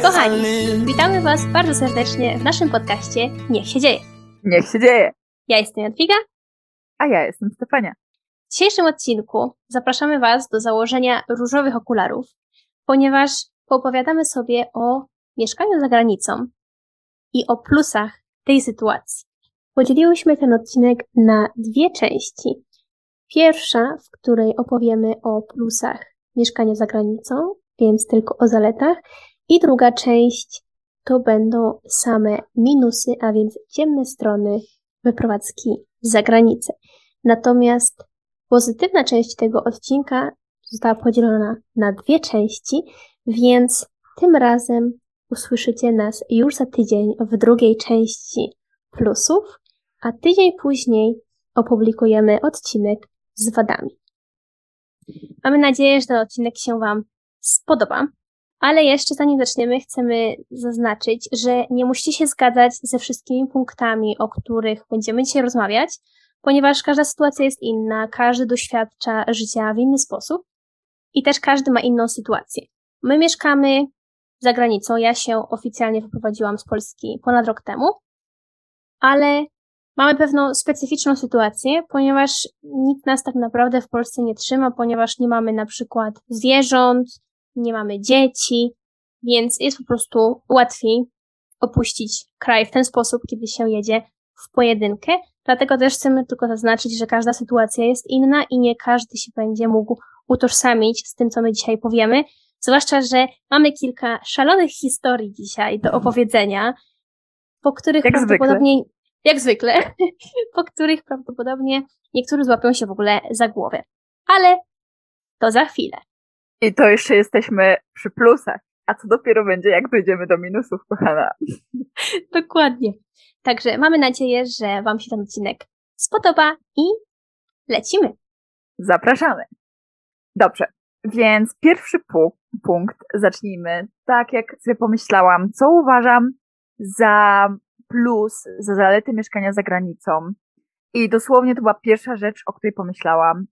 Kochani, witamy Was bardzo serdecznie w naszym podcaście Niech się dzieje. Niech się dzieje. Ja jestem Jadwiga. A ja jestem Stefania. W dzisiejszym odcinku zapraszamy Was do założenia różowych okularów, ponieważ poopowiadamy sobie o mieszkaniu za granicą i o plusach tej sytuacji. Podzieliłyśmy ten odcinek na dwie części. Pierwsza, w której opowiemy o plusach mieszkania za granicą, więc tylko o zaletach. I druga część to będą same minusy, a więc ciemne strony wyprowadzki za granicę. Natomiast pozytywna część tego odcinka została podzielona na dwie części, więc tym razem usłyszycie nas już za tydzień w drugiej części plusów, a tydzień później opublikujemy odcinek z wadami. Mamy nadzieję, że ten odcinek się Wam spodoba, ale jeszcze zanim zaczniemy, chcemy zaznaczyć, że nie musicie się zgadzać ze wszystkimi punktami, o których będziemy dzisiaj rozmawiać, ponieważ każda sytuacja jest inna, każdy doświadcza życia w inny sposób i też każdy ma inną sytuację. My mieszkamy za granicą, ja się oficjalnie wyprowadziłam z Polski ponad rok temu, ale mamy pewną specyficzną sytuację, ponieważ nikt nas tak naprawdę w Polsce nie trzyma, ponieważ nie mamy na przykład zwierząt, nie mamy dzieci, więc jest po prostu łatwiej opuścić kraj w ten sposób, kiedy się jedzie w pojedynkę. Dlatego też chcemy tylko zaznaczyć, że każda sytuacja jest inna i nie każdy się będzie mógł utożsamić z tym, co my dzisiaj powiemy. Zwłaszcza, że mamy kilka szalonych historii dzisiaj do opowiedzenia, po których prawdopodobnie, jak zwykle, po których prawdopodobnie niektórzy złapią się w ogóle za głowę. Ale to za chwilę. I to jeszcze jesteśmy przy plusach. A co dopiero będzie, jak dojdziemy do minusów, kochana? Dokładnie. Także mamy nadzieję, że Wam się ten odcinek spodoba i lecimy. Zapraszamy. Dobrze, więc pierwszy punkt zacznijmy. Tak jak sobie pomyślałam, co uważam za plus, za zalety mieszkania za granicą. I dosłownie to była pierwsza rzecz, o której pomyślałam.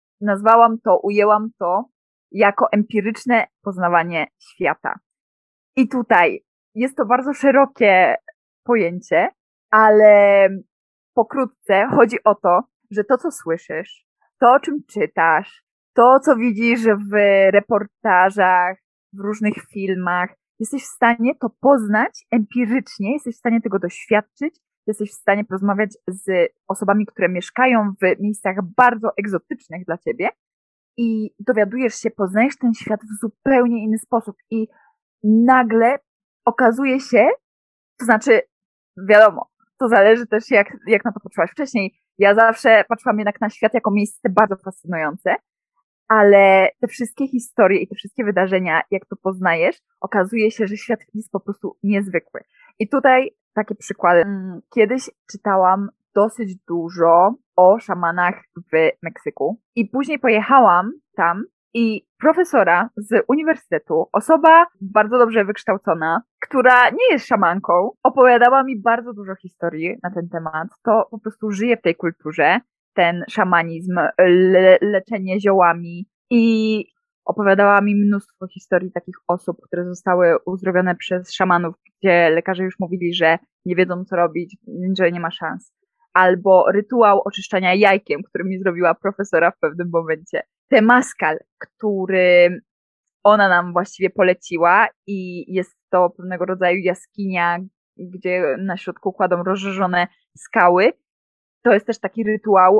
Ujęłam to jako empiryczne poznawanie świata. I tutaj jest to bardzo szerokie pojęcie, ale pokrótce chodzi o to, że to, co słyszysz, to, o czym czytasz, to, co widzisz w reportażach, w różnych filmach, jesteś w stanie to poznać empirycznie, jesteś w stanie tego doświadczyć, jesteś w stanie porozmawiać z osobami, które mieszkają w miejscach bardzo egzotycznych dla ciebie i dowiadujesz się, poznajesz ten świat w zupełnie inny sposób i nagle okazuje się, to znaczy, wiadomo, to zależy też jak na to patrzyłaś wcześniej. Ja zawsze patrzyłam jednak na świat jako miejsce bardzo fascynujące, ale te wszystkie historie i te wszystkie wydarzenia, jak to poznajesz, okazuje się, że świat jest po prostu niezwykły. I tutaj takie przykłady. Kiedyś czytałam dosyć dużo o szamanach w Meksyku i później pojechałam tam i profesora z uniwersytetu, osoba bardzo dobrze wykształcona, która nie jest szamanką, opowiadała mi bardzo dużo historii na ten temat. To po prostu żyje w tej kulturze, ten szamanizm, leczenie ziołami i opowiadała mi mnóstwo historii takich osób, które zostały uzdrowione przez szamanów, gdzie lekarze już mówili, że nie wiedzą co robić, że nie ma szans. Albo rytuał oczyszczania jajkiem, który mi zrobiła profesora w pewnym momencie. Temazcal, który ona nam właściwie poleciła i jest to pewnego rodzaju jaskinia, gdzie na środku kładą rozżarzone skały. To jest też taki rytuał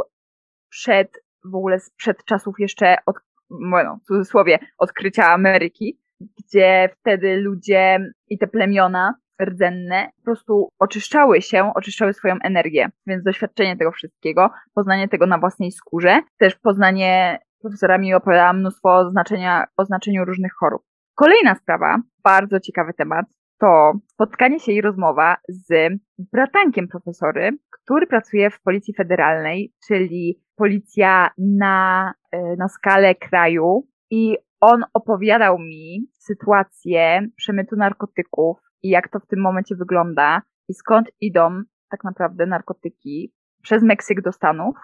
przed czasów jeszcze, w cudzysłowie, odkrycia Ameryki, gdzie wtedy ludzie i te plemiona rdzenne po prostu oczyszczały swoją energię, więc doświadczenie tego wszystkiego, poznanie tego na własnej skórze, też poznanie, profesora mi opowiadała mnóstwo o znaczeniu różnych chorób. Kolejna sprawa, bardzo ciekawy temat, to spotkanie się i rozmowa z bratankiem profesory, który pracuje w Policji Federalnej, czyli policja na skalę kraju, i on opowiadał mi sytuację przemytu narkotyków i jak to w tym momencie wygląda i skąd idą tak naprawdę narkotyki przez Meksyk do Stanów,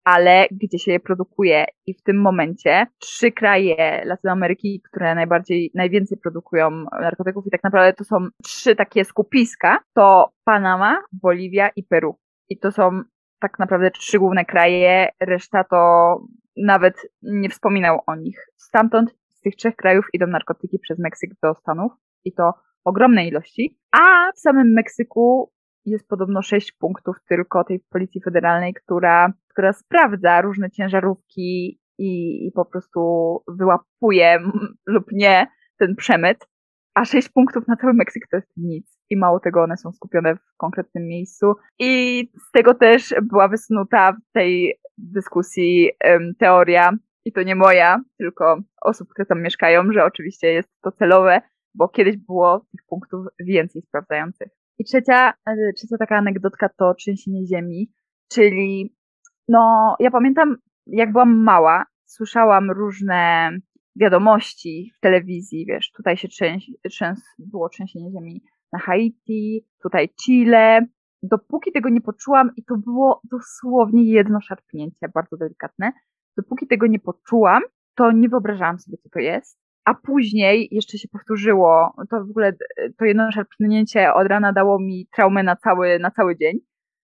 ale gdzie się je produkuje. I w tym momencie 3 kraje Latynoameryki, które najwięcej produkują narkotyków i tak naprawdę to są 3 takie skupiska, to Panama, Boliwia i Peru. I to są tak naprawdę 3 główne kraje, reszta to nawet nie wspominał o nich. Stamtąd z tych 3 krajów idą narkotyki przez Meksyk do Stanów i to ogromne ilości, a w samym Meksyku jest podobno 6 punktów tylko tej Policji Federalnej, która sprawdza różne ciężarówki i po prostu wyłapuje lub nie ten przemyt, a 6 punktów na cały Meksyk to jest nic. I mało tego, one są skupione w konkretnym miejscu. I z tego też była wysunuta w tej dyskusji teoria, i to nie moja, tylko osób, które tam mieszkają, że oczywiście jest to celowe, bo kiedyś było tych punktów więcej sprawdzających. I trzecia taka anegdotka to trzęsienie ziemi, czyli ja pamiętam, jak byłam mała, słyszałam różne wiadomości w telewizji, wiesz, tutaj się było trzęsienie ziemi na Haiti, tutaj Chile. Dopóki tego nie poczułam, i to było dosłownie jedno szarpnięcie, bardzo delikatne, dopóki tego nie poczułam, to nie wyobrażałam sobie, co to jest. A później jeszcze się powtórzyło, to w ogóle to jedno szarpnięcie od rana dało mi traumę na cały dzień.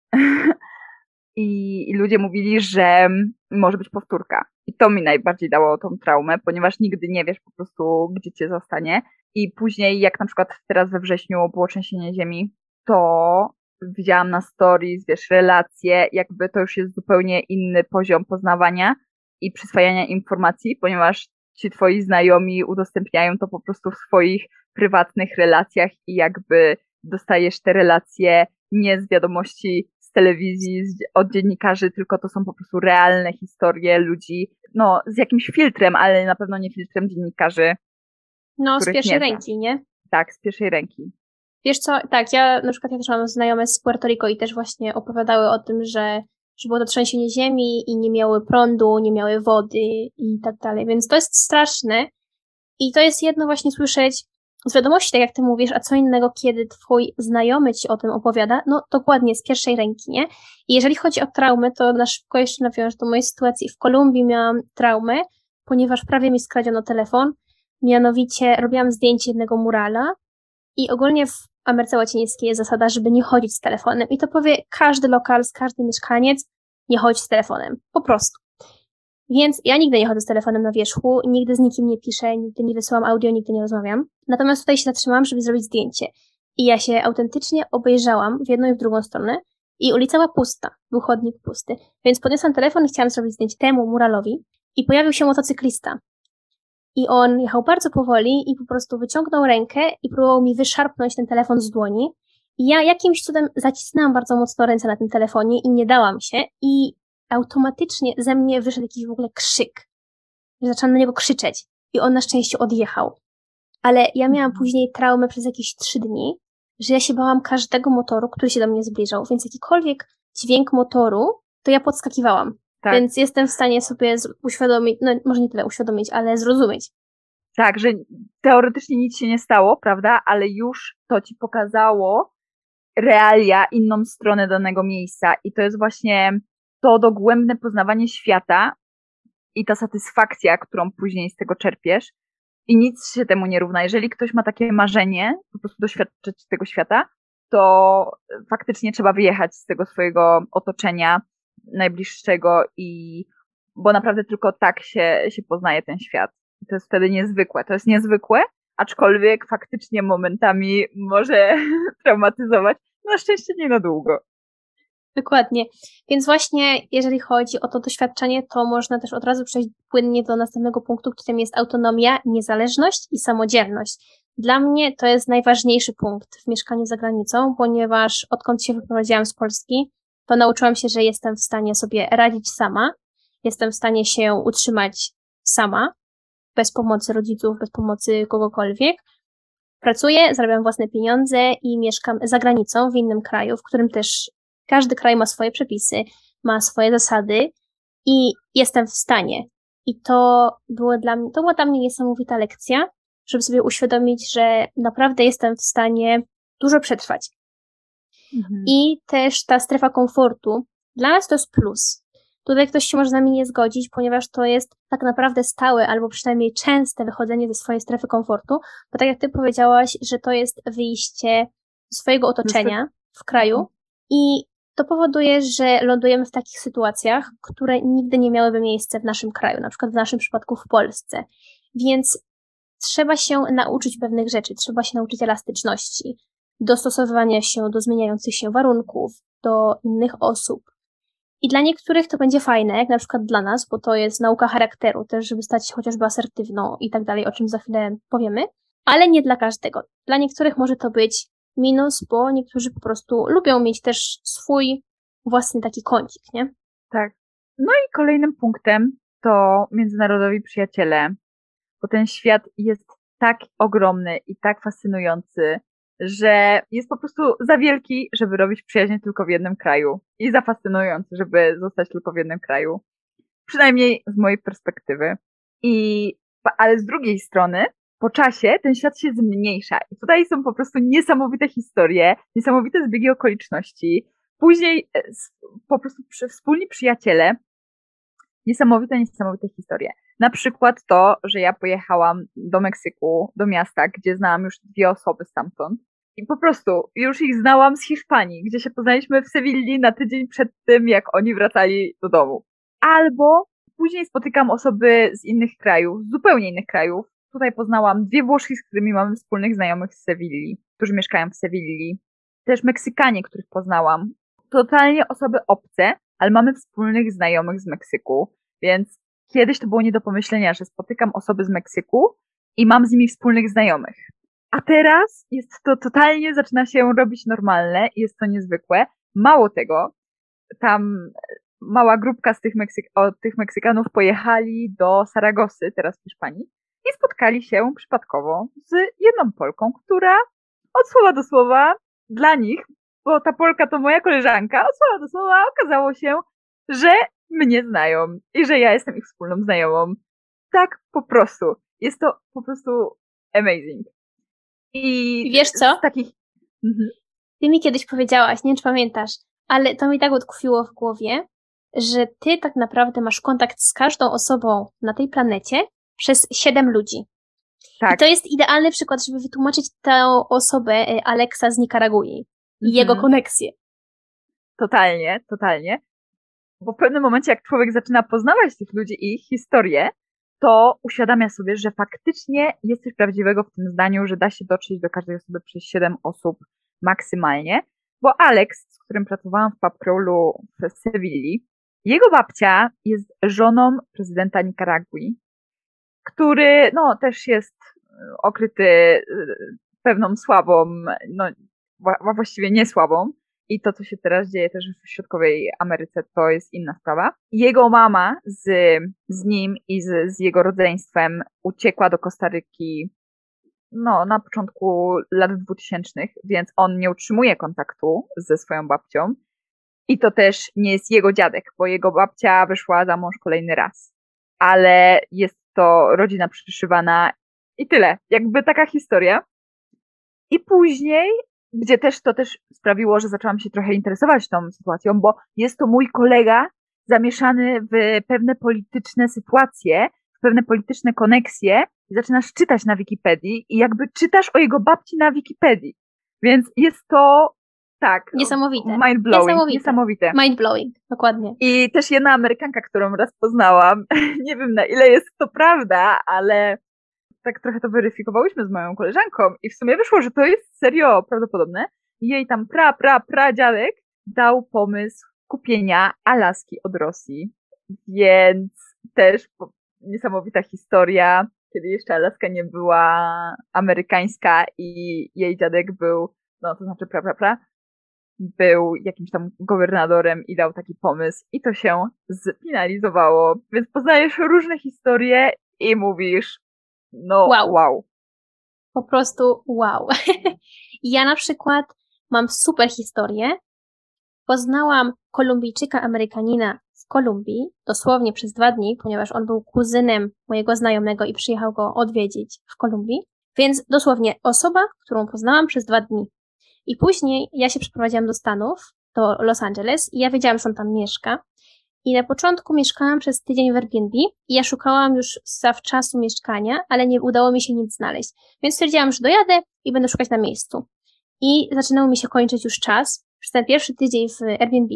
I ludzie mówili, że może być powtórka. I to mi najbardziej dało tą traumę, ponieważ nigdy nie wiesz po prostu, gdzie cię zostanie. I później, jak na przykład teraz we wrześniu było trzęsienie ziemi, to widziałam na stories, wiesz, relacje, jakby to już jest zupełnie inny poziom poznawania i przyswajania informacji, ponieważ ci twoi znajomi udostępniają to po prostu w swoich prywatnych relacjach i jakby dostajesz te relacje nie z wiadomości z telewizji, od dziennikarzy, tylko to są po prostu realne historie ludzi, z jakimś filtrem, ale na pewno nie filtrem dziennikarzy. Z pierwszej ręki, nie? Tak, z pierwszej ręki. Wiesz co, tak, ja też mam znajome z Puerto Rico i też właśnie opowiadały o tym, że było to trzęsienie ziemi i nie miały prądu, nie miały wody i tak dalej, więc to jest straszne i to jest jedno właśnie słyszeć z wiadomości, tak jak ty mówisz, a co innego, kiedy twój znajomy ci o tym opowiada, dokładnie z pierwszej ręki, nie? I jeżeli chodzi o traumy, to na szybko jeszcze nawiążę do mojej sytuacji. W Kolumbii miałam traumę, ponieważ prawie mi skradziono telefon, mianowicie robiłam zdjęcie jednego murala i ogólnie w Ameryce Łacińskiej jest zasada, żeby nie chodzić z telefonem. I to powie każdy lokal, każdy mieszkaniec, nie chodź z telefonem. Po prostu. Więc ja nigdy nie chodzę z telefonem na wierzchu, nigdy z nikim nie piszę, nigdy nie wysyłam audio, nigdy nie rozmawiam. Natomiast tutaj się zatrzymałam, żeby zrobić zdjęcie. I ja się autentycznie obejrzałam w jedną i w drugą stronę i ulica była pusta, był chodnik pusty. Więc podniosłam telefon i chciałam zrobić zdjęcie temu muralowi i pojawił się motocyklista. I on jechał bardzo powoli i po prostu wyciągnął rękę i próbował mi wyszarpnąć ten telefon z dłoni. I ja jakimś cudem zacisnęłam bardzo mocno ręce na tym telefonie i nie dałam się. I automatycznie ze mnie wyszedł jakiś w ogóle krzyk. Zaczęłam na niego krzyczeć. I on na szczęście odjechał. Ale ja miałam później traumę przez jakieś 3 dni, że ja się bałam każdego motoru, który się do mnie zbliżał. Więc jakikolwiek dźwięk motoru, to ja podskakiwałam. Tak. Więc jestem w stanie sobie uświadomić, może nie tyle uświadomić, ale zrozumieć. Tak, że teoretycznie nic się nie stało, prawda, ale już to ci pokazało realia, inną stronę danego miejsca i to jest właśnie to dogłębne poznawanie świata i ta satysfakcja, którą później z tego czerpiesz i nic się temu nie równa. Jeżeli ktoś ma takie marzenie, po prostu doświadczyć tego świata, to faktycznie trzeba wyjechać z tego swojego otoczenia najbliższego bo naprawdę tylko tak się poznaje ten świat. I to jest wtedy niezwykłe. To jest niezwykłe, aczkolwiek faktycznie momentami może traumatyzować. Na szczęście nie na długo. Dokładnie. Więc właśnie jeżeli chodzi o to doświadczenie, to można też od razu przejść płynnie do następnego punktu, którym jest autonomia, niezależność i samodzielność. Dla mnie to jest najważniejszy punkt w mieszkaniu za granicą, ponieważ odkąd się wyprowadziłam z Polski, to nauczyłam się, że jestem w stanie sobie radzić sama, jestem w stanie się utrzymać sama, bez pomocy rodziców, bez pomocy kogokolwiek. Pracuję, zarabiam własne pieniądze i mieszkam za granicą w innym kraju, w którym też każdy kraj ma swoje przepisy, ma swoje zasady i jestem w stanie. I to była dla mnie niesamowita lekcja, żeby sobie uświadomić, że naprawdę jestem w stanie dużo przetrwać. I też ta strefa komfortu, dla nas to jest plus. Tutaj ktoś się może z nami nie zgodzić, ponieważ to jest tak naprawdę stałe albo przynajmniej częste wychodzenie ze swojej strefy komfortu, bo tak jak ty powiedziałaś, że to jest wyjście z swojego otoczenia w kraju i to powoduje, że lądujemy w takich sytuacjach, które nigdy nie miałyby miejsca w naszym kraju, na przykład w naszym przypadku w Polsce. Więc trzeba się nauczyć pewnych rzeczy, trzeba się nauczyć elastyczności, dostosowywania się do zmieniających się warunków, do innych osób. I dla niektórych to będzie fajne, jak na przykład dla nas, bo to jest nauka charakteru, też żeby stać się chociażby asertywną i tak dalej, o czym za chwilę powiemy, ale nie dla każdego. Dla niektórych może to być minus, bo niektórzy po prostu lubią mieć też swój własny taki kącik, nie? Tak. No i kolejnym punktem to międzynarodowi przyjaciele, bo ten świat jest tak ogromny i tak fascynujący, że jest po prostu za wielki, żeby robić przyjaźnie tylko w jednym kraju i za fascynujący, żeby zostać tylko w jednym kraju. Przynajmniej z mojej perspektywy. Ale z drugiej strony, po czasie ten świat się zmniejsza i tutaj są po prostu niesamowite historie, niesamowite zbiegi okoliczności. Później po prostu wspólni przyjaciele, niesamowite historie. Na przykład to, że ja pojechałam do Meksyku, do miasta, gdzie znałam już 2 osoby stamtąd. I po prostu już ich znałam z Hiszpanii, gdzie się poznaliśmy w Sewilli na tydzień przed tym, jak oni wracali do domu. Albo później spotykam osoby z innych krajów, z zupełnie innych krajów. Tutaj poznałam 2 Włoszki, z którymi mamy wspólnych znajomych z Sewilli, którzy mieszkają w Sewilli. Też Meksykanie, których poznałam. Totalnie osoby obce, ale mamy wspólnych znajomych z Meksyku, więc kiedyś to było nie do pomyślenia, że spotykam osoby z Meksyku i mam z nimi wspólnych znajomych. A teraz jest to totalnie, zaczyna się robić normalne i jest to niezwykłe. Mało tego, tam mała grupka z tych Meksykanów pojechali do Saragosy, teraz w Hiszpanii, i spotkali się przypadkowo z jedną Polką, która od słowa do słowa dla nich, bo ta Polka to moja koleżanka, od słowa do słowa okazało się, że mnie znają i że ja jestem ich wspólną znajomą. Tak po prostu. Jest to po prostu amazing. I wiesz co? Z takich... Ty mi kiedyś powiedziałaś, nie wiem czy pamiętasz, ale to mi tak utkwiło w głowie, że ty tak naprawdę masz kontakt z każdą osobą na tej planecie przez 7 ludzi. Tak. I to jest idealny przykład, żeby wytłumaczyć tę osobę Alexa z Nikaragui i jego koneksję. Totalnie, totalnie. Bo w pewnym momencie, jak człowiek zaczyna poznawać tych ludzi i ich historię, to uświadamia sobie, że faktycznie jest coś prawdziwego w tym zdaniu, że da się dotrzeć do każdej osoby przez 7 osób maksymalnie. Bo Alex, z którym pracowałam w pub crawlu w Sewilli, jego babcia jest żoną prezydenta Nikaragui, który też jest okryty pewną sławą, właściwie nie sławą. I to, co się teraz dzieje też w środkowej Ameryce, to jest inna sprawa. Jego mama z nim i z jego rodzeństwem uciekła do Kostaryki na początku lat 2000, więc on nie utrzymuje kontaktu ze swoją babcią. I to też nie jest jego dziadek, bo jego babcia wyszła za mąż kolejny raz. Ale jest to rodzina przyszywana i tyle. Jakby taka historia. I później, gdzie to też sprawiło, że zaczęłam się trochę interesować tą sytuacją, bo jest to mój kolega zamieszany w pewne polityczne sytuacje, w pewne polityczne koneksje i zaczynasz czytać na Wikipedii i jakby czytasz o jego babci na Wikipedii. Więc jest to niesamowite. Niesamowite. Mind-blowing, dokładnie. I też jedna Amerykanka, którą raz poznałam, nie wiem na ile jest to prawda, ale tak trochę to weryfikowałyśmy z moją koleżanką i w sumie wyszło, że to jest serio prawdopodobne. Jej tam pradziadek dał pomysł kupienia Alaski od Rosji. Więc też niesamowita historia, kiedy jeszcze Alaska nie była amerykańska i jej dziadek był, był jakimś tam gobernadorem i dał taki pomysł i to się sfinalizowało. Więc poznajesz różne historie i mówisz wow. Po prostu wow. Ja na przykład mam super historię. Poznałam Kolumbijczyka Amerykanina w Kolumbii, dosłownie przez 2 dni, ponieważ on był kuzynem mojego znajomego i przyjechał go odwiedzić w Kolumbii. Więc dosłownie osoba, którą poznałam przez 2 dni. I później ja się przeprowadziłam do Stanów, do Los Angeles i ja wiedziałam, że on tam mieszka. I na początku mieszkałam przez tydzień w Airbnb i ja szukałam już zawczasu mieszkania, ale nie udało mi się nic znaleźć. Więc stwierdziłam, że dojadę i będę szukać na miejscu. I zaczynało mi się kończyć już czas przez ten pierwszy tydzień w Airbnb.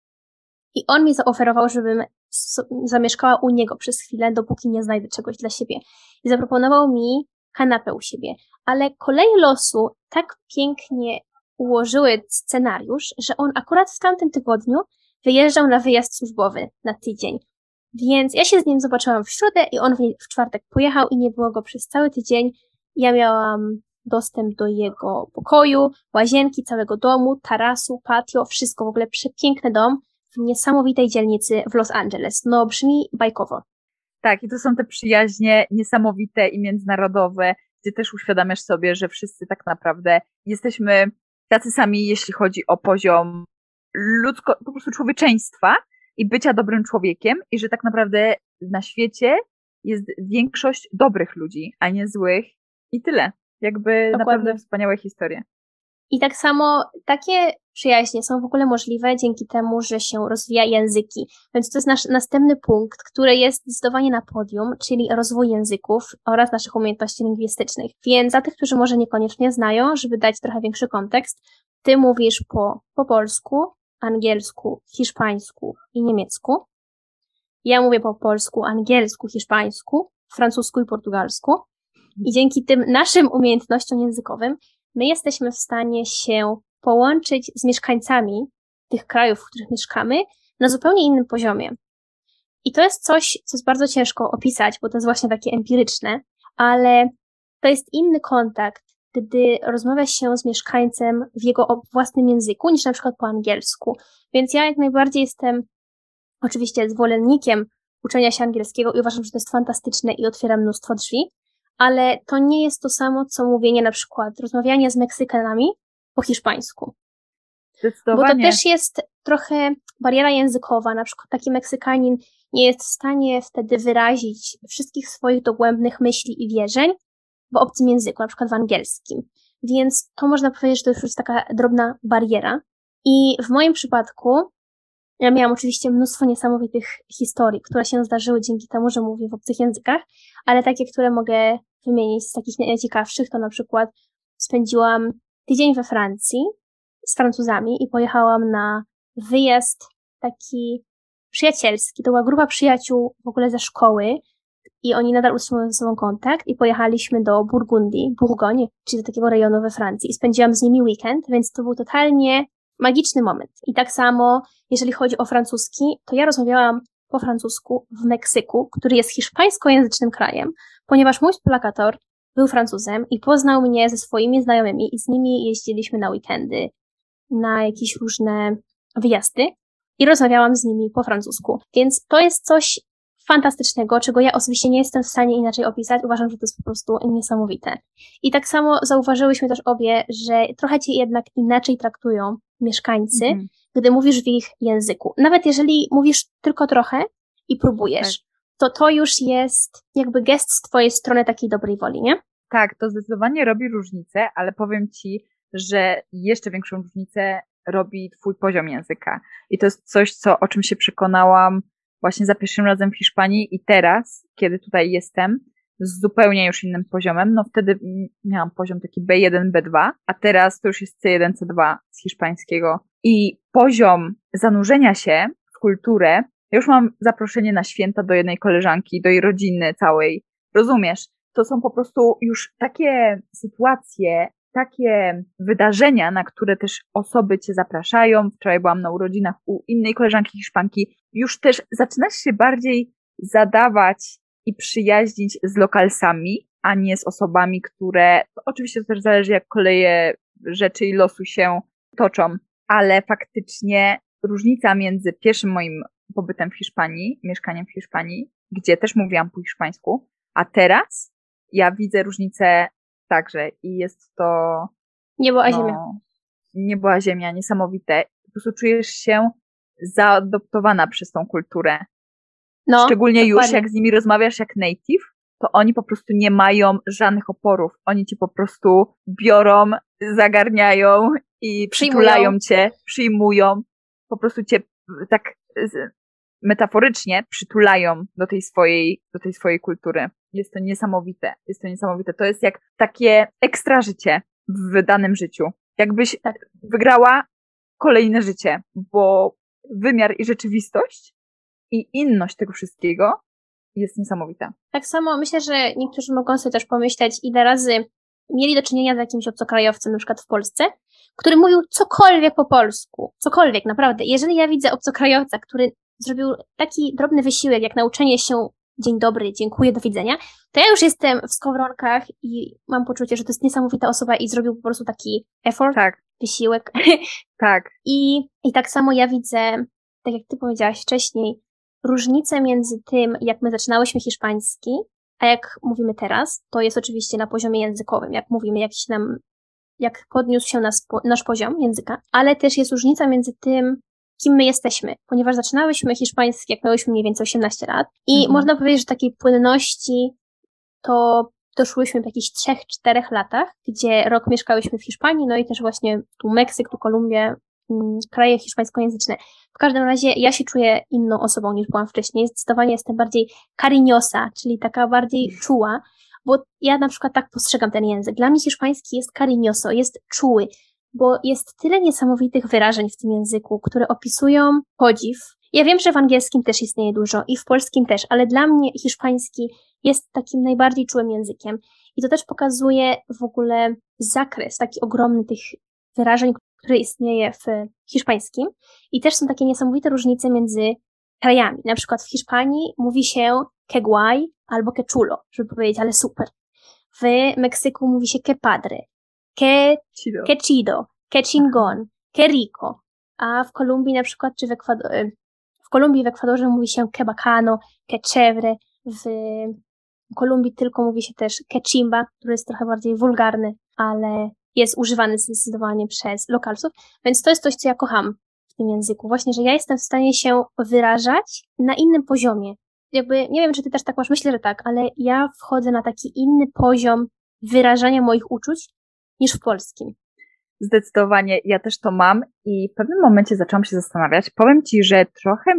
I on mi zaoferował, żebym zamieszkała u niego przez chwilę, dopóki nie znajdę czegoś dla siebie. I zaproponował mi kanapę u siebie. Ale koleje losu tak pięknie ułożyły scenariusz, że on akurat w tamtym tygodniu wyjeżdżał na wyjazd służbowy na tydzień. Więc ja się z nim zobaczyłam w środę i on w czwartek pojechał i nie było go przez cały tydzień. Ja miałam dostęp do jego pokoju, łazienki, całego domu, tarasu, patio, wszystko, w ogóle przepiękny dom w niesamowitej dzielnicy w Los Angeles. No, brzmi bajkowo. Tak, i to są te przyjaźnie niesamowite i międzynarodowe, gdzie też uświadamiasz sobie, że wszyscy tak naprawdę jesteśmy tacy sami, jeśli chodzi o poziom po prostu człowieczeństwa i bycia dobrym człowiekiem i że tak naprawdę na świecie jest większość dobrych ludzi, a nie złych i tyle. Jakby Dokładnie. Naprawdę wspaniałe historie. I tak samo takie przyjaźnie są w ogóle możliwe dzięki temu, że się rozwija języki. Więc to jest nasz następny punkt, który jest zdecydowanie na podium, czyli rozwój języków oraz naszych umiejętności lingwistycznych. Więc za tych, którzy może niekoniecznie znają, żeby dać trochę większy kontekst, ty mówisz po polsku, angielsku, hiszpańsku i niemiecku. Ja mówię po polsku, angielsku, hiszpańsku, francusku i portugalsku. I dzięki tym naszym umiejętnościom językowym my jesteśmy w stanie się połączyć z mieszkańcami tych krajów, w których mieszkamy, na zupełnie innym poziomie. I to jest coś, co jest bardzo ciężko opisać, bo to jest właśnie takie empiryczne, ale to jest inny kontakt, gdy rozmawia się z mieszkańcem w jego własnym języku, niż na przykład po angielsku. Więc ja jak najbardziej jestem oczywiście zwolennikiem uczenia się angielskiego i uważam, że to jest fantastyczne i otwiera mnóstwo drzwi, ale to nie jest to samo, co mówienie na przykład, rozmawianie z Meksykanami po hiszpańsku. Zdecydowanie. Bo to też jest trochę bariera językowa, na przykład taki Meksykanin nie jest w stanie wtedy wyrazić wszystkich swoich dogłębnych myśli i wierzeń w obcym języku, na przykład w angielskim. Więc to można powiedzieć, że to już jest taka drobna bariera. I w moim przypadku ja miałam oczywiście mnóstwo niesamowitych historii, które się zdarzyły dzięki temu, że mówię w obcych językach, ale takie, które mogę wymienić z takich najciekawszych, to na przykład spędziłam tydzień we Francji z Francuzami i pojechałam na wyjazd taki przyjacielski. To była grupa przyjaciół w ogóle ze szkoły i oni nadal utrzymują ze sobą kontakt i pojechaliśmy do Burgundii, Bourgogne, czyli do takiego rejonu we Francji i spędziłam z nimi weekend, więc to był totalnie magiczny moment. I tak samo, jeżeli chodzi o francuski, to ja rozmawiałam po francusku w Meksyku, który jest hiszpańskojęzycznym krajem, ponieważ mój współlokator był Francuzem i poznał mnie ze swoimi znajomymi i z nimi jeździliśmy na weekendy, na jakieś różne wyjazdy i rozmawiałam z nimi po francusku. Więc to jest coś fantastycznego, czego ja osobiście nie jestem w stanie inaczej opisać. Uważam, że to jest po prostu niesamowite. I tak samo zauważyłyśmy też obie, że trochę cię jednak inaczej traktują mieszkańcy, gdy mówisz w ich języku. Nawet jeżeli mówisz tylko trochę i próbujesz, to już jest jakby gest z twojej strony takiej dobrej woli, nie? Tak, to zdecydowanie robi różnicę, ale powiem ci, że jeszcze większą różnicę robi twój poziom języka. I to jest coś, o czym się przekonałam właśnie za pierwszym razem w Hiszpanii i teraz, kiedy tutaj jestem, z zupełnie już innym poziomem. No wtedy miałam poziom taki B1, B2, a teraz to już jest C1, C2 z hiszpańskiego. I poziom zanurzenia się w kulturę, ja już mam zaproszenie na święta do jednej koleżanki, do jej rodziny całej. Rozumiesz? To są po prostu już takie sytuacje, takie wydarzenia, na które też osoby cię zapraszają. Wczoraj byłam na urodzinach u innej koleżanki Hiszpanki. Już też zaczynasz się bardziej zadawać i przyjaźnić z lokalsami, a nie z osobami, które, to oczywiście to też zależy, jak koleje rzeczy i losu się toczą, ale faktycznie różnica między pierwszym moim pobytem w Hiszpanii, mieszkaniem w Hiszpanii, gdzie też mówiłam po hiszpańsku, a teraz ja widzę różnicę także i jest to Niebo a ziemia. Niebo a ziemia, niesamowite. Po prostu czujesz się zaadoptowana przez tą kulturę. No, szczególnie dokładnie. Już jak z nimi rozmawiasz jak native, to oni po prostu nie mają żadnych oporów. Oni cię po prostu biorą, zagarniają i przytulają cię, przyjmują. Po prostu cię tak metaforycznie przytulają do tej swojej kultury. Jest to niesamowite. To jest jak takie ekstra życie w danym życiu. Jakbyś wygrała kolejne życie, bo wymiar i rzeczywistość i inność tego wszystkiego jest niesamowita. Tak samo myślę, że niektórzy mogą sobie też pomyśleć, ile razy mieli do czynienia z jakimś obcokrajowcem, na przykład w Polsce, który mówił cokolwiek po polsku. Cokolwiek, naprawdę. Jeżeli ja widzę obcokrajowca, który zrobił taki drobny wysiłek, jak nauczenie się dzień dobry, dziękuję, do widzenia, to ja już jestem w skowronkach i mam poczucie, że to jest niesamowita osoba i zrobił po prostu taki effort, wysiłek. Tak. I tak samo ja widzę, tak jak ty powiedziałaś wcześniej, różnicę między tym, jak my zaczynałyśmy hiszpański, a jak mówimy teraz, to jest oczywiście na poziomie językowym, jak mówimy, jak podniósł się nasz poziom języka, ale też jest różnica między tym, kim my jesteśmy, ponieważ zaczynałyśmy hiszpański, jak miałyśmy mniej więcej 18 lat i można powiedzieć, że takiej płynności to doszłyśmy w jakichś 3-4 latach, gdzie rok mieszkałyśmy w Hiszpanii, no i też właśnie tu Meksyk, tu Kolumbia, kraje hiszpańskojęzyczne. W każdym razie ja się czuję inną osobą niż byłam wcześniej. Zdecydowanie jestem bardziej cariñosa, czyli taka bardziej czuła, bo ja na przykład tak postrzegam ten język. Dla mnie hiszpański jest cariñoso, jest czuły, bo jest tyle niesamowitych wyrażeń w tym języku, które opisują podziw. Ja wiem, że w angielskim też istnieje dużo i w polskim też, ale dla mnie hiszpański jest takim najbardziej czułym językiem. I to też pokazuje w ogóle zakres taki ogromny tych wyrażeń, które istnieje w hiszpańskim. I też są takie niesamowite różnice między krajami. Na przykład w Hiszpanii mówi się que guay albo que chulo, żeby powiedzieć, ale super. W Meksyku mówi się que padre, que chido, que chingón, que rico. A w Kolumbii na przykład, czy w Kolumbii i w Ekwadorze mówi się que bacano, que chévere. W Kolumbii tylko mówi się też que chimba, który jest trochę bardziej wulgarny, ale jest używany zdecydowanie przez lokalsów, więc to jest coś, co ja kocham w tym języku. Właśnie, że ja jestem w stanie się wyrażać na innym poziomie. Jakby, nie wiem, czy ty też tak masz, myślę, że tak, ale ja wchodzę na taki inny poziom wyrażania moich uczuć niż w polskim. Zdecydowanie, ja też to mam i w pewnym momencie zaczęłam się zastanawiać. Powiem ci, że trochę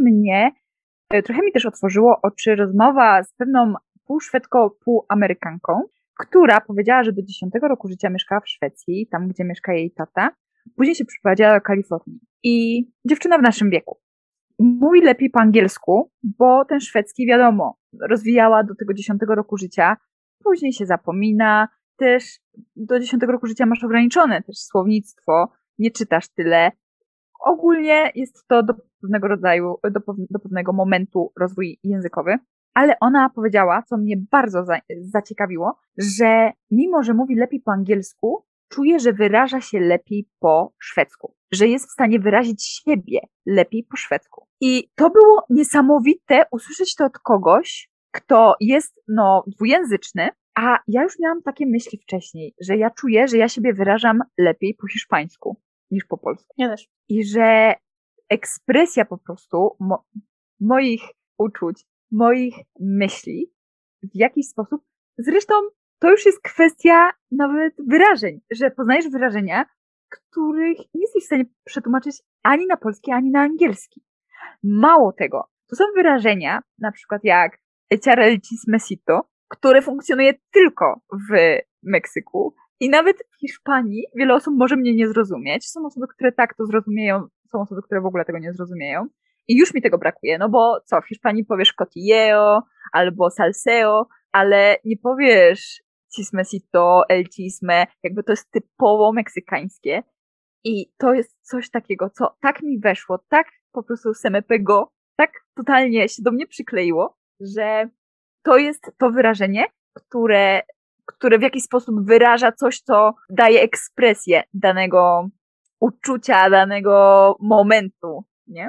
mi też otworzyło oczy rozmowa z pewną pół Szwedką, pół Amerykanką, która powiedziała, że do 10 roku życia mieszkała w Szwecji, tam gdzie mieszka jej tata. Później się przeprowadziła do Kalifornii. I dziewczyna w naszym wieku mówi lepiej po angielsku, bo ten szwedzki, wiadomo, rozwijała do tego 10 roku życia, później się zapomina, też do 10 roku życia masz ograniczone też słownictwo, nie czytasz tyle. Ogólnie jest to do pewnego rodzaju, do pewnego momentu rozwój językowy. Ale ona powiedziała, co mnie bardzo zaciekawiło, że mimo, że mówi lepiej po angielsku, czuje, że wyraża się lepiej po szwedzku. Że jest w stanie wyrazić siebie lepiej po szwedzku. I to było niesamowite usłyszeć to od kogoś, kto jest, dwujęzyczny, a ja już miałam takie myśli wcześniej, że ja czuję, że ja siebie wyrażam lepiej po hiszpańsku niż po polsku. Ja też. I że ekspresja po prostu moich uczuć, moich myśli w jakiś sposób, zresztą to już jest kwestia nawet wyrażeń, że poznajesz wyrażenia, których nie jesteś w stanie przetłumaczyć ani na polski, ani na angielski. Mało tego, to są wyrażenia, na przykład jak echar el chismecito, które funkcjonuje tylko w Meksyku i nawet w Hiszpanii wiele osób może mnie nie zrozumieć. Są osoby, które tak to zrozumieją, są osoby, które w ogóle tego nie zrozumieją. I już mi tego brakuje, no bo co, w Hiszpanii powiesz cotilleo albo salseo, ale nie powiesz chismecito, el chisme, jakby to jest typowo meksykańskie. I to jest coś takiego, co tak mi weszło, tak po prostu se me pegó, tak totalnie się do mnie przykleiło, że to jest to wyrażenie, które w jakiś sposób wyraża coś, co daje ekspresję danego uczucia, danego momentu, nie?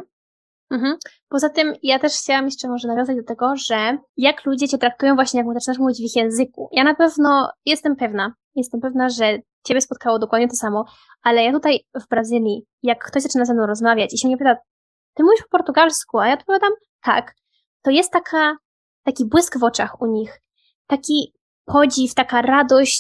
Poza tym ja też chciałam jeszcze może nawiązać do tego, że jak ludzie cię traktują właśnie, jak zaczynasz mówić w ich języku. Ja na pewno jestem pewna, że ciebie spotkało dokładnie to samo, ale ja tutaj w Brazylii, jak ktoś zaczyna ze mną rozmawiać i się mnie pyta, ty mówisz po portugalsku, a ja odpowiadam tak, to jest taki błysk w oczach u nich, taki podziw, taka radość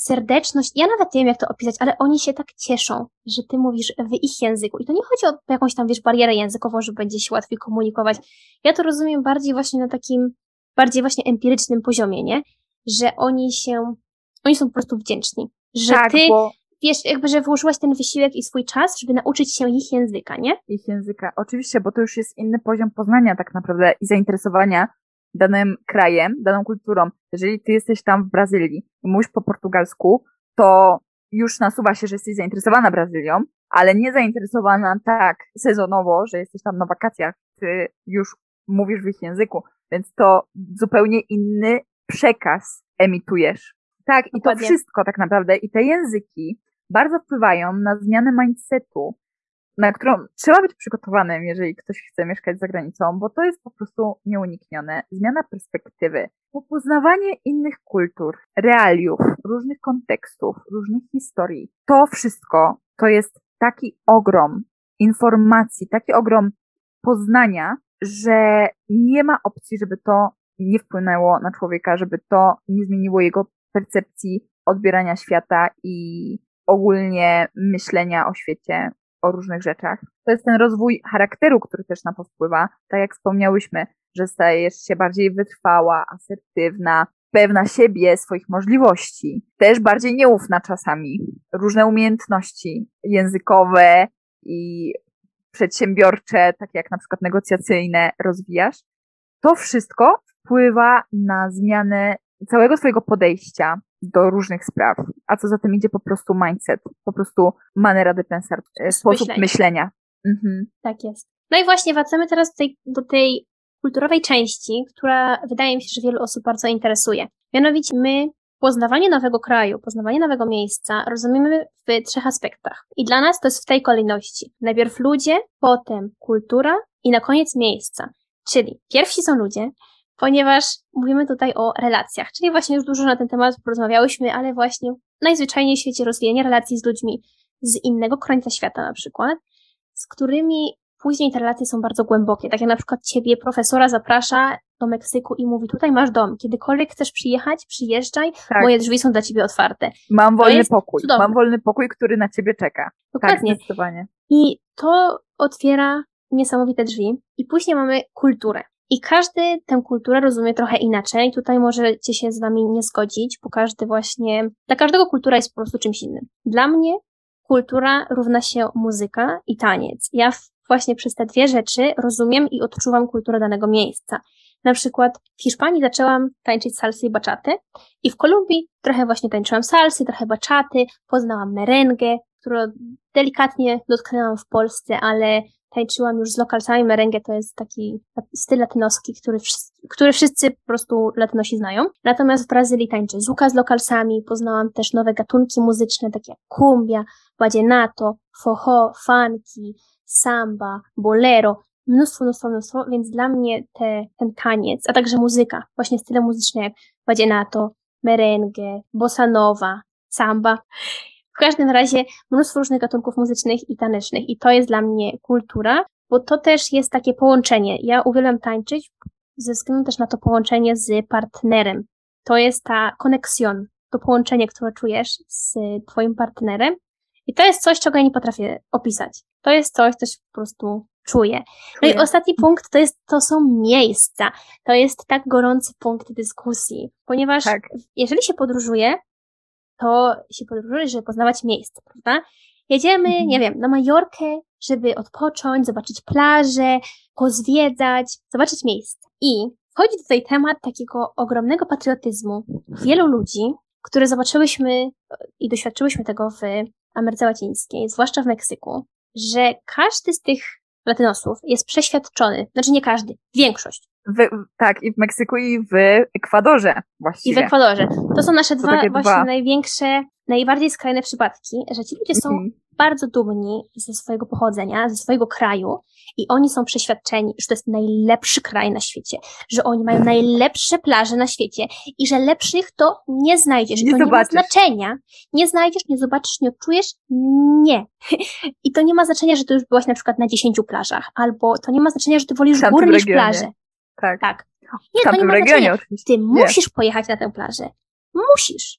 serdeczność. Ja nawet nie wiem, jak to opisać, ale oni się tak cieszą, że ty mówisz w ich języku. I to nie chodzi o jakąś tam, barierę językową, że będzie się łatwiej komunikować. Ja to rozumiem bardziej właśnie na takim, bardziej właśnie empirycznym poziomie, nie? Że oni są po prostu wdzięczni. Że tak, ty, wiesz, jakby, że włożyłaś ten wysiłek i swój czas, żeby nauczyć się ich języka, nie? Ich języka. Oczywiście, bo to już jest inny poziom poznania tak naprawdę i zainteresowania danym krajem, daną kulturą. Jeżeli ty jesteś tam w Brazylii i mówisz po portugalsku, to już nasuwa się, że jesteś zainteresowana Brazylią, ale nie zainteresowana tak sezonowo, że jesteś tam na wakacjach, ty już mówisz w ich języku, więc to zupełnie inny przekaz emitujesz. Tak, Dokładnie. I to wszystko tak naprawdę, i te języki bardzo wpływają na zmianę mindsetu, na którą trzeba być przygotowanym, jeżeli ktoś chce mieszkać za granicą, bo to jest po prostu nieuniknione. Zmiana perspektywy, poznawanie innych kultur, realiów, różnych kontekstów, różnych historii. To wszystko to jest taki ogrom informacji, taki ogrom poznania, że nie ma opcji, żeby to nie wpłynęło na człowieka, żeby to nie zmieniło jego percepcji odbierania świata i ogólnie myślenia o świecie, o różnych rzeczach. To jest ten rozwój charakteru, który też na to wpływa. Tak jak wspomniałyśmy, że stajesz się bardziej wytrwała, asertywna, pewna siebie, swoich możliwości. Też bardziej nieufna czasami. Różne umiejętności językowe i przedsiębiorcze, takie jak na przykład negocjacyjne, rozwijasz. To wszystko wpływa na zmianę całego swojego podejścia do różnych spraw, a co za tym idzie po prostu mindset, po prostu manera de pensar, sposób myślenia. Mhm. Tak jest. No i właśnie wracamy teraz do tej kulturowej części, która wydaje mi się, że wielu osób bardzo interesuje. Mianowicie my poznawanie nowego kraju, poznawanie nowego miejsca rozumiemy w 3 aspektach. I dla nas to jest w tej kolejności. Najpierw ludzie, potem kultura i na koniec miejsca. Czyli pierwsi są ludzie, ponieważ mówimy tutaj o relacjach, czyli właśnie już dużo na ten temat porozmawiałyśmy, ale właśnie najzwyczajniej w świecie rozwijania relacji z ludźmi z innego krańca świata na przykład, z którymi później te relacje są bardzo głębokie. Tak jak na przykład ciebie profesora zaprasza do Meksyku i mówi, tutaj masz dom, kiedykolwiek chcesz przyjechać, przyjeżdżaj, tak. Moje drzwi są dla ciebie otwarte. Mam wolny pokój, cudowne. Mam wolny pokój, który na ciebie czeka. Dokładnie. Tak, zdecydowanie. I to otwiera niesamowite drzwi. I później mamy kulturę. I każdy tę kulturę rozumie trochę inaczej. Tutaj możecie się z nami nie zgodzić, bo dla każdego kultura jest po prostu czymś innym. Dla mnie kultura równa się muzyka i taniec. Ja właśnie przez te 2 rzeczy rozumiem i odczuwam kulturę danego miejsca. Na przykład w Hiszpanii zaczęłam tańczyć salsy i baczaty i w Kolumbii trochę właśnie tańczyłam salsy, trochę baczaty, poznałam merengę, którą delikatnie dotknęłam w Polsce, ale tańczyłam już z lokalsami. Merengę to jest taki styl latynoski, który wszyscy po prostu latynosi znają. Natomiast w Brazylii tańczę zuka z lokalsami, poznałam też nowe gatunki muzyczne, takie jak cumbia, vallenato, forró, funky, samba, bolero, mnóstwo, więc dla mnie ten taniec, a także muzyka, właśnie style muzyczne jak vallenato, merengue, bossa nova, samba. W każdym razie mnóstwo różnych gatunków muzycznych i tanecznych i to jest dla mnie kultura, bo to też jest takie połączenie. Ja uwielbiam tańczyć ze względu też na to połączenie z partnerem. To jest ta koneksjon, to połączenie, które czujesz z twoim partnerem i to jest coś, czego ja nie potrafię opisać. To jest coś, co się po prostu czuję. No i ostatni punkt to są miejsca. To jest tak gorący punkt dyskusji, ponieważ jeżeli się podróżuje, żeby poznawać miejsce, prawda? Jedziemy, nie wiem, na Majorkę, żeby odpocząć, zobaczyć plażę, pozwiedzać, zobaczyć miejsce. I wchodzi tutaj temat takiego ogromnego patriotyzmu wielu ludzi, które zobaczyłyśmy i doświadczyłyśmy tego w Ameryce Łacińskiej, zwłaszcza w Meksyku, że każdy z tych latynosów jest przeświadczony, znaczy nie każdy, większość. Tak, i w Meksyku, i w Ekwadorze właściwie. I w Ekwadorze. To są nasze dwa największe, najbardziej skrajne przypadki, że ci ludzie są bardzo dumni ze swojego pochodzenia, ze swojego kraju i oni są przeświadczeni, że to jest najlepszy kraj na świecie, że oni mają najlepsze plaże na świecie i że lepszych to nie znajdziesz. To nie ma znaczenia. Nie znajdziesz, nie zobaczysz, nie odczujesz. Nie. I to nie ma znaczenia, że ty już byłaś na przykład na 10 plażach, albo to nie ma znaczenia, że ty wolisz góry niż plaże. Tak. Nie, to nie ma regionie, znaczenia. Oczywiście. Ty musisz pojechać na tę plażę. Musisz.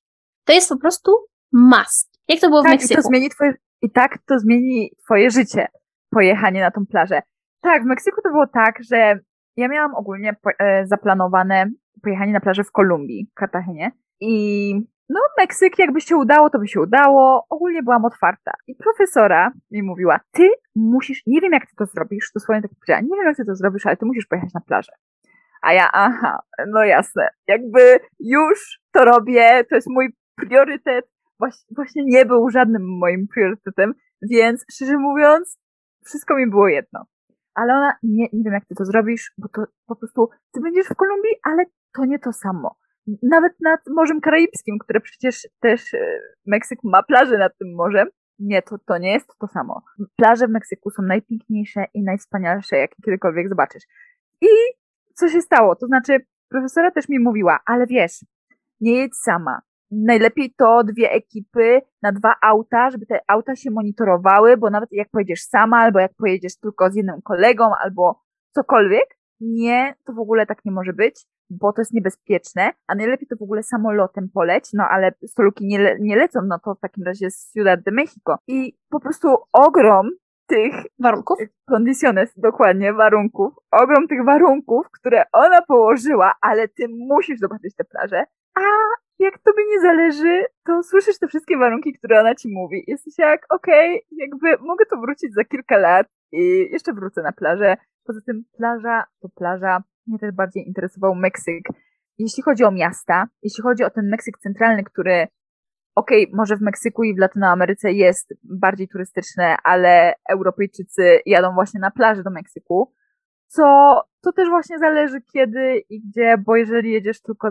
To jest po prostu must. Jak to było w Meksyku? I to zmieni twoje życie, pojechanie na tą plażę. Tak, w Meksyku to było tak, że ja miałam ogólnie zaplanowane pojechanie na plażę w Kolumbii, w Cartagenie. I Meksyk jakby się udało, to by się udało. Ogólnie byłam otwarta. I profesora mi mówiła, ty musisz, nie wiem jak ty to zrobisz, dosłownie tak powiedziała, nie wiem jak ty to zrobisz, ale ty musisz pojechać na plażę. A ja, no jasne, jakby już to robię, to jest mój priorytet, właśnie nie był żadnym moim priorytetem, więc szczerze mówiąc, wszystko mi było jedno. Ale ona, nie wiem jak ty to zrobisz, bo to po prostu, ty będziesz w Kolumbii, ale to nie to samo. Nawet nad Morzem Karaibskim, które przecież też Meksyk ma plażę nad tym morzem, nie, to nie jest to samo. Plaże w Meksyku są najpiękniejsze i najwspanialsze, jakie kiedykolwiek zobaczysz. I co się stało? To znaczy, profesora też mi mówiła, ale wiesz, nie jedź sama. Najlepiej to 2 ekipy na 2 auta, żeby te auta się monitorowały, bo nawet jak pojedziesz sama, albo jak pojedziesz tylko z jednym kolegą, albo cokolwiek, nie, to w ogóle tak nie może być, bo to jest niebezpieczne, a najlepiej to w ogóle samolotem poleć, no ale stoluki nie lecą, no to w takim razie z Ciudad de México. I po prostu ogrom tych warunków? Condiciones, dokładnie, warunków. Ogrom tych warunków, które ona położyła, ale ty musisz zobaczyć tę plażę. A jak tobie nie zależy, to słyszysz te wszystkie warunki, które ona ci mówi. Jesteś jak, okej, jakby mogę tu wrócić za kilka lat i jeszcze wrócę na plażę. Poza tym plaża. Mnie też bardziej interesował Meksyk. Jeśli chodzi o miasta, jeśli chodzi o ten Meksyk centralny, który może w Meksyku i w Latynoameryce jest bardziej turystyczne, ale Europejczycy jadą właśnie na plażę do Meksyku, to też właśnie zależy kiedy i gdzie, bo jeżeli jedziesz tylko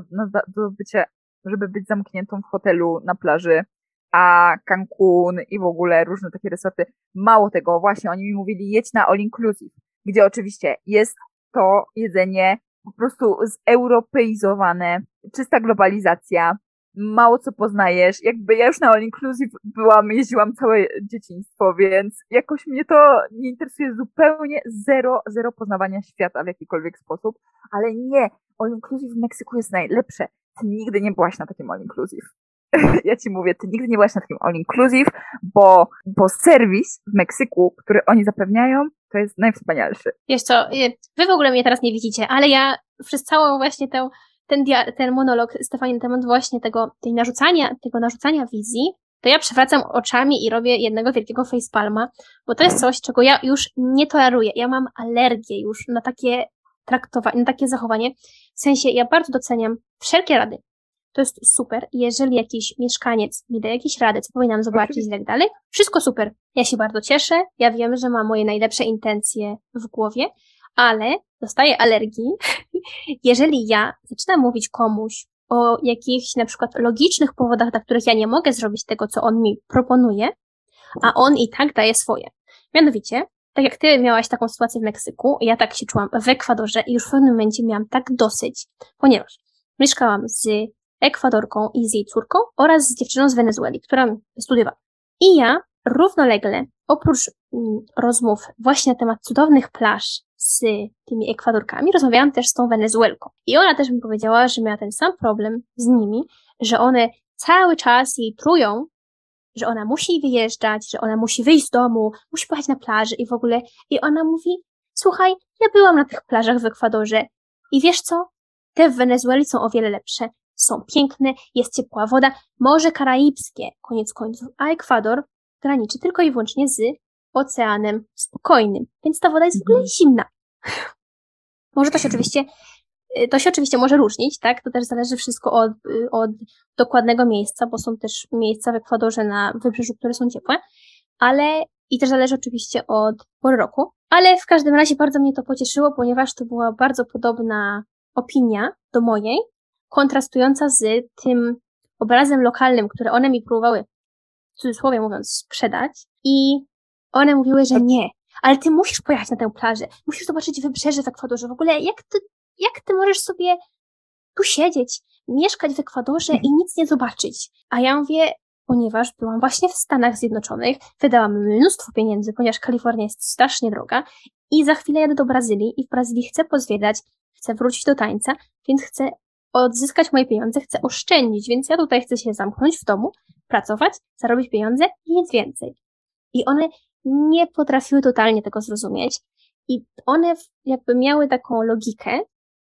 żeby być zamkniętą w hotelu na plaży, a Cancun i w ogóle różne takie resorty, mało tego, właśnie oni mi mówili, jedź na all inclusive, gdzie oczywiście jest to jedzenie po prostu zeuropeizowane, czysta globalizacja, mało co poznajesz, jakby ja już na all inclusive jeździłam całe dzieciństwo, więc jakoś mnie to nie interesuje zupełnie, zero poznawania świata w jakikolwiek sposób, ale nie, all inclusive w Meksyku jest najlepsze. Ty nigdy nie byłaś na takim all inclusive. Ja ci mówię, ty nigdy nie byłaś na takim all inclusive, bo serwis w Meksyku, który oni zapewniają, to jest najwspanialszy. Wiesz co, wy w ogóle mnie teraz nie widzicie, ale ja przez całą właśnie ten monolog Stefanii na temat właśnie tego narzucania wizji, to ja przewracam oczami i robię jednego wielkiego facepalma, bo to jest coś, czego ja już nie toleruję. Ja mam alergię już na takie traktowanie, na takie zachowanie. W sensie, ja bardzo doceniam wszelkie rady. To jest super. Jeżeli jakiś mieszkaniec mi da jakieś rady, co powinnam zobaczyć i tak dalej, wszystko super. Ja się bardzo cieszę. Ja wiem, że ma moje najlepsze intencje w głowie, ale dostaję alergii, jeżeli ja zaczynam mówić komuś o jakichś na przykład logicznych powodach, dla których ja nie mogę zrobić tego, co on mi proponuje, a on i tak daje swoje. Mianowicie, tak jak ty miałaś taką sytuację w Meksyku, ja tak się czułam w Ekwadorze i już w pewnym momencie miałam tak dosyć, ponieważ mieszkałam z Ekwadorką i z jej córką oraz z dziewczyną z Wenezueli, która studiowała. I ja równolegle, oprócz rozmów właśnie na temat cudownych plaż z tymi Ekwadorkami, rozmawiałam też z tą Wenezuelką. I ona też mi powiedziała, że miała ten sam problem z nimi, że one cały czas jej trują, że ona musi wyjeżdżać, że ona musi wyjść z domu, musi pojechać na plaży i w ogóle. I ona mówi, słuchaj, ja byłam na tych plażach w Ekwadorze i wiesz co? Te w Wenezueli są o wiele lepsze. Są piękne, jest ciepła woda, Morze Karaibskie, koniec końców, a Ekwador graniczy tylko i wyłącznie z oceanem spokojnym, więc ta woda jest w ogóle zimna. Może to się oczywiście może różnić, tak? To też zależy wszystko od dokładnego miejsca, bo są też miejsca w Ekwadorze na wybrzeżu, które są ciepłe, i też zależy oczywiście od pory roku, ale w każdym razie bardzo mnie to pocieszyło, ponieważ to była bardzo podobna opinia do mojej, kontrastująca z tym obrazem lokalnym, który one mi próbowały, w cudzysłowie mówiąc, sprzedać i one mówiły, że nie, ale ty musisz pojechać na tę plażę, musisz zobaczyć wybrzeże w Ekwadorze, w ogóle jak ty możesz sobie tu siedzieć, mieszkać w Ekwadorze i nic nie zobaczyć? A ja mówię, ponieważ byłam właśnie w Stanach Zjednoczonych, wydałam mnóstwo pieniędzy, ponieważ Kalifornia jest strasznie droga i za chwilę jadę do Brazylii i w Brazylii chcę pozwiedzać, chcę wrócić do tańca, więc chcę odzyskać moje pieniądze, chcę oszczędzić, więc ja tutaj chcę się zamknąć w domu, pracować, zarobić pieniądze i nic więcej. I one nie potrafiły totalnie tego zrozumieć. I one jakby miały taką logikę,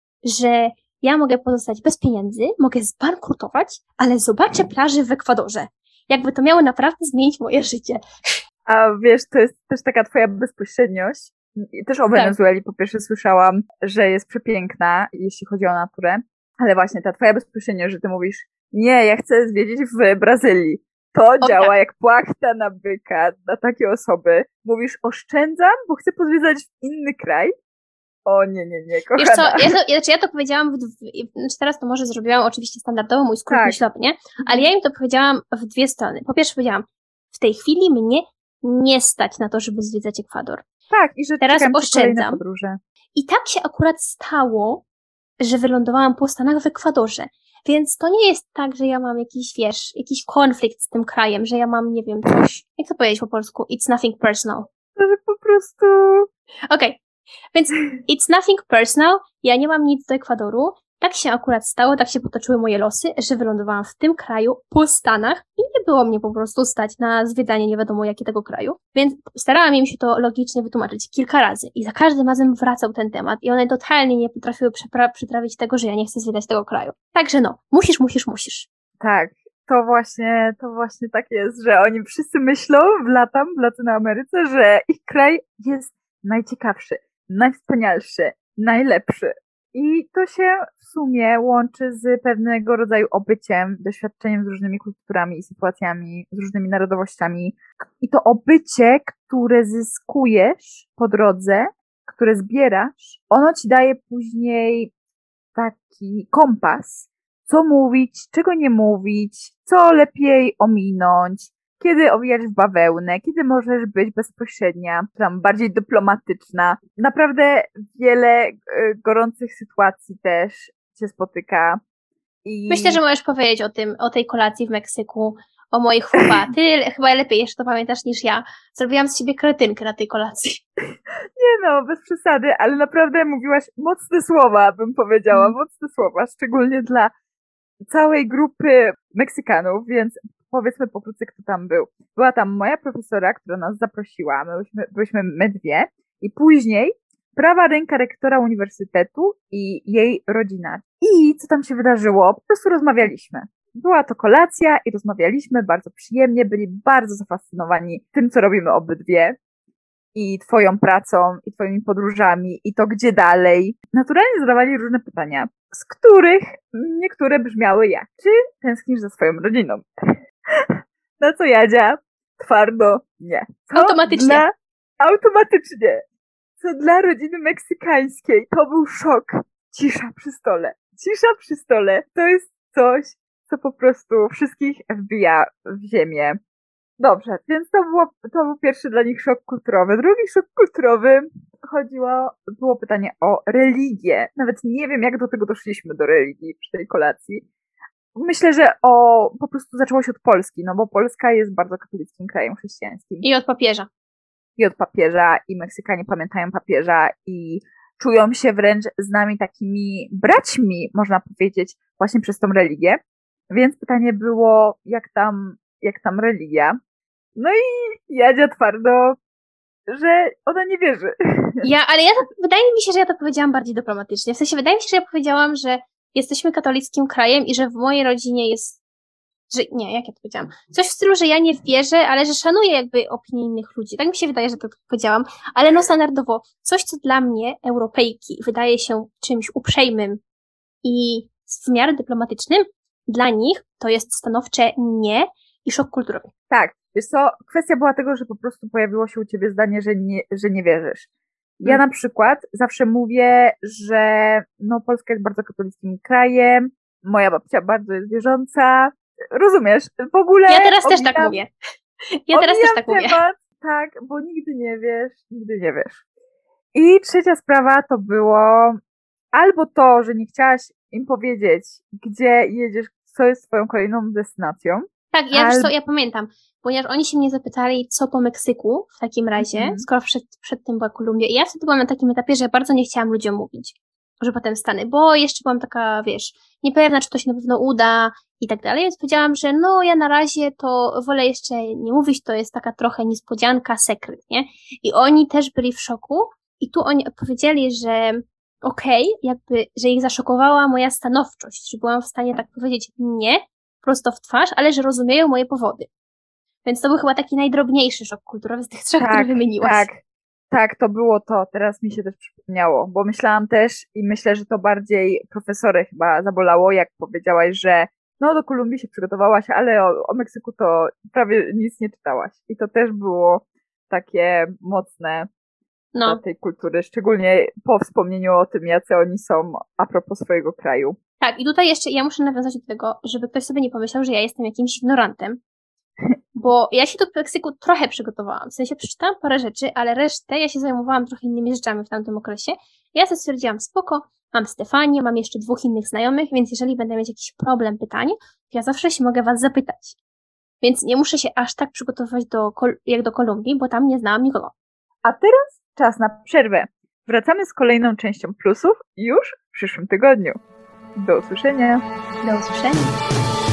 że ja mogę pozostać bez pieniędzy, mogę zbankrutować, ale zobaczę plaży w Ekwadorze. Jakby to miało naprawdę zmienić moje życie. A wiesz, to jest też taka twoja bezpośredniość. I też o Wenezueli po pierwsze słyszałam, że jest przepiękna, jeśli chodzi o naturę, ale właśnie ta twoja bezpośredniość, że ty mówisz, nie, ja chcę zwiedzić w Brazylii. To działa jak płachta na byka dla takiej osoby. Mówisz, oszczędzam, bo chcę pozwiedzać inny kraj. O nie, kochana. Wiesz co, ja to powiedziałam, teraz to może zrobiłam oczywiście standardowo mój skrót myślowy, nie? Ale ja im to powiedziałam w dwie strony. Po pierwsze powiedziałam, w tej chwili mnie nie stać na to, żeby zwiedzać Ekwador. Tak, i że teraz oszczędzam. Podróże. I tak się akurat stało, że wylądowałam po Stanach w Ekwadorze. Więc to nie jest tak, że ja mam jakiś konflikt z tym krajem, że ja mam, nie wiem, coś, jak to powiedzieć po polsku? It's nothing personal. To, że po prostu... Okej. Więc it's nothing personal, ja nie mam nic do Ekwadoru. Tak się akurat stało, tak się potoczyły moje losy, że wylądowałam w tym kraju po Stanach i nie było mnie po prostu stać na zwiedzanie nie wiadomo jakiego kraju. Więc starałam im się to logicznie wytłumaczyć kilka razy i za każdym razem wracał ten temat i one totalnie nie potrafiły przytrawić tego, że ja nie chcę zwiedzać tego kraju. Także no, musisz. Tak, to właśnie tak jest, że oni wszyscy myślą w Latynoameryce, że ich kraj jest najciekawszy, najwspanialszy, najlepszy. I to się w sumie łączy z pewnego rodzaju obyciem, doświadczeniem z różnymi kulturami i sytuacjami, z różnymi narodowościami. I to obycie, które zyskujesz po drodze, które zbierasz, ono ci daje później taki kompas, co mówić, czego nie mówić, co lepiej ominąć, kiedy owijać w bawełnę, kiedy możesz być bezpośrednia, tam bardziej dyplomatyczna. Naprawdę wiele gorących sytuacji też się spotyka. Myślę, że możesz powiedzieć o tej kolacji w Meksyku, o moich chłopach. Ty chyba lepiej jeszcze to pamiętasz niż ja. Zrobiłam z siebie kretynkę na tej kolacji. Nie no, bez przesady, ale naprawdę mówiłaś mocne słowa, bym powiedziała, mocne słowa, szczególnie dla całej grupy Meksykanów, więc powiedzmy pokrótce, kto tam był. Była tam moja profesora, która nas zaprosiła, byliśmy my dwie i później prawa ręka rektora uniwersytetu i jej rodzina. I co tam się wydarzyło? Po prostu rozmawialiśmy. Była to kolacja i rozmawialiśmy bardzo przyjemnie, byli bardzo zafascynowani tym, co robimy obydwie i twoją pracą, i twoimi podróżami, i to gdzie dalej. Naturalnie zadawali różne pytania, z których niektóre brzmiały jak: czy tęsknisz za swoją rodziną? Na co Jadzia twardo nie. Automatycznie. Co dla rodziny meksykańskiej to był szok. Cisza przy stole. To jest coś, co po prostu wszystkich wbija w ziemię. Dobrze, więc to był pierwszy dla nich szok kulturowy. Drugi szok kulturowy było pytanie o religię. Nawet nie wiem, jak do tego doszliśmy, do religii przy tej kolacji. Myślę, że po prostu zaczęło się od Polski, no bo Polska jest bardzo katolickim krajem chrześcijańskim. I od papieża. I Meksykanie pamiętają papieża i czują się wręcz z nami takimi braćmi, można powiedzieć, właśnie przez tą religię. Więc pytanie było, jak tam religia? No i Jadzia twardo, że ona nie wierzy. Wydaje mi się, że ja to powiedziałam bardziej dyplomatycznie. W sensie, wydaje mi się, że ja powiedziałam, że jesteśmy katolickim krajem i że w mojej rodzinie jest, jak ja to powiedziałam? Coś w stylu, że ja nie wierzę, ale że szanuję jakby opinię innych ludzi. Tak mi się wydaje, że to powiedziałam. Ale no standardowo, coś, co dla mnie, Europejki, wydaje się czymś uprzejmym i w miarę dyplomatycznym, dla nich to jest stanowcze nie i szok kulturowy. Tak, wiesz co, kwestia była tego, że po prostu pojawiło się u ciebie zdanie, że nie wierzysz. Ja na przykład zawsze mówię, że Polska jest bardzo katolickim krajem, moja babcia bardzo jest wierząca, rozumiesz, w ogóle... Ja teraz też tak mówię. Tak, bo nigdy nie wiesz. I trzecia sprawa to było albo to, że nie chciałaś im powiedzieć, gdzie jedziesz, co jest twoją kolejną destynacją. Tak, ja pamiętam, ponieważ oni się mnie zapytali, co po Meksyku w takim razie, skoro przed tym była Kolumbia. I ja wtedy byłam na takim etapie, że bardzo nie chciałam ludziom mówić. że potem stanę, bo jeszcze byłam taka, wiesz, niepewna, czy to się na pewno uda i tak dalej, więc powiedziałam, że no ja na razie to wolę jeszcze nie mówić, to jest taka trochę niespodzianka, sekret, nie? I oni też byli w szoku i tu oni odpowiedzieli, że jakby, że ich zaszokowała moja stanowczość, że byłam w stanie tak powiedzieć nie, prosto w twarz, ale że rozumieją moje powody. Więc to był chyba taki najdrobniejszy szok kulturowy z tych trzech, które wymieniłaś. Tak, to było to. Teraz mi się też przypomniało, bo myślałam też i myślę, że to bardziej profesory chyba zabolało, jak powiedziałaś, że no do Kolumbii się przygotowałaś, ale o Meksyku to prawie nic nie czytałaś. I to też było takie mocne dla tej kultury, szczególnie po wspomnieniu o tym, jacy oni są a propos swojego kraju. Tak, i tutaj jeszcze ja muszę nawiązać do tego, żeby ktoś sobie nie pomyślał, że ja jestem jakimś ignorantem, bo ja się do Meksyku trochę przygotowałam, w sensie przeczytałam parę rzeczy, ale resztę ja się zajmowałam trochę innymi rzeczami w tamtym okresie. Ja sobie stwierdziłam, spoko, mam Stefanię, mam jeszcze 2 innych znajomych, więc jeżeli będę mieć jakiś problem, pytanie, to ja zawsze się mogę was zapytać. Więc nie muszę się aż tak przygotowywać jak do Kolumbii, bo tam nie znałam nikogo. A teraz czas na przerwę. Wracamy z kolejną częścią plusów już w przyszłym tygodniu. Do usłyszenia. Do usłyszenia.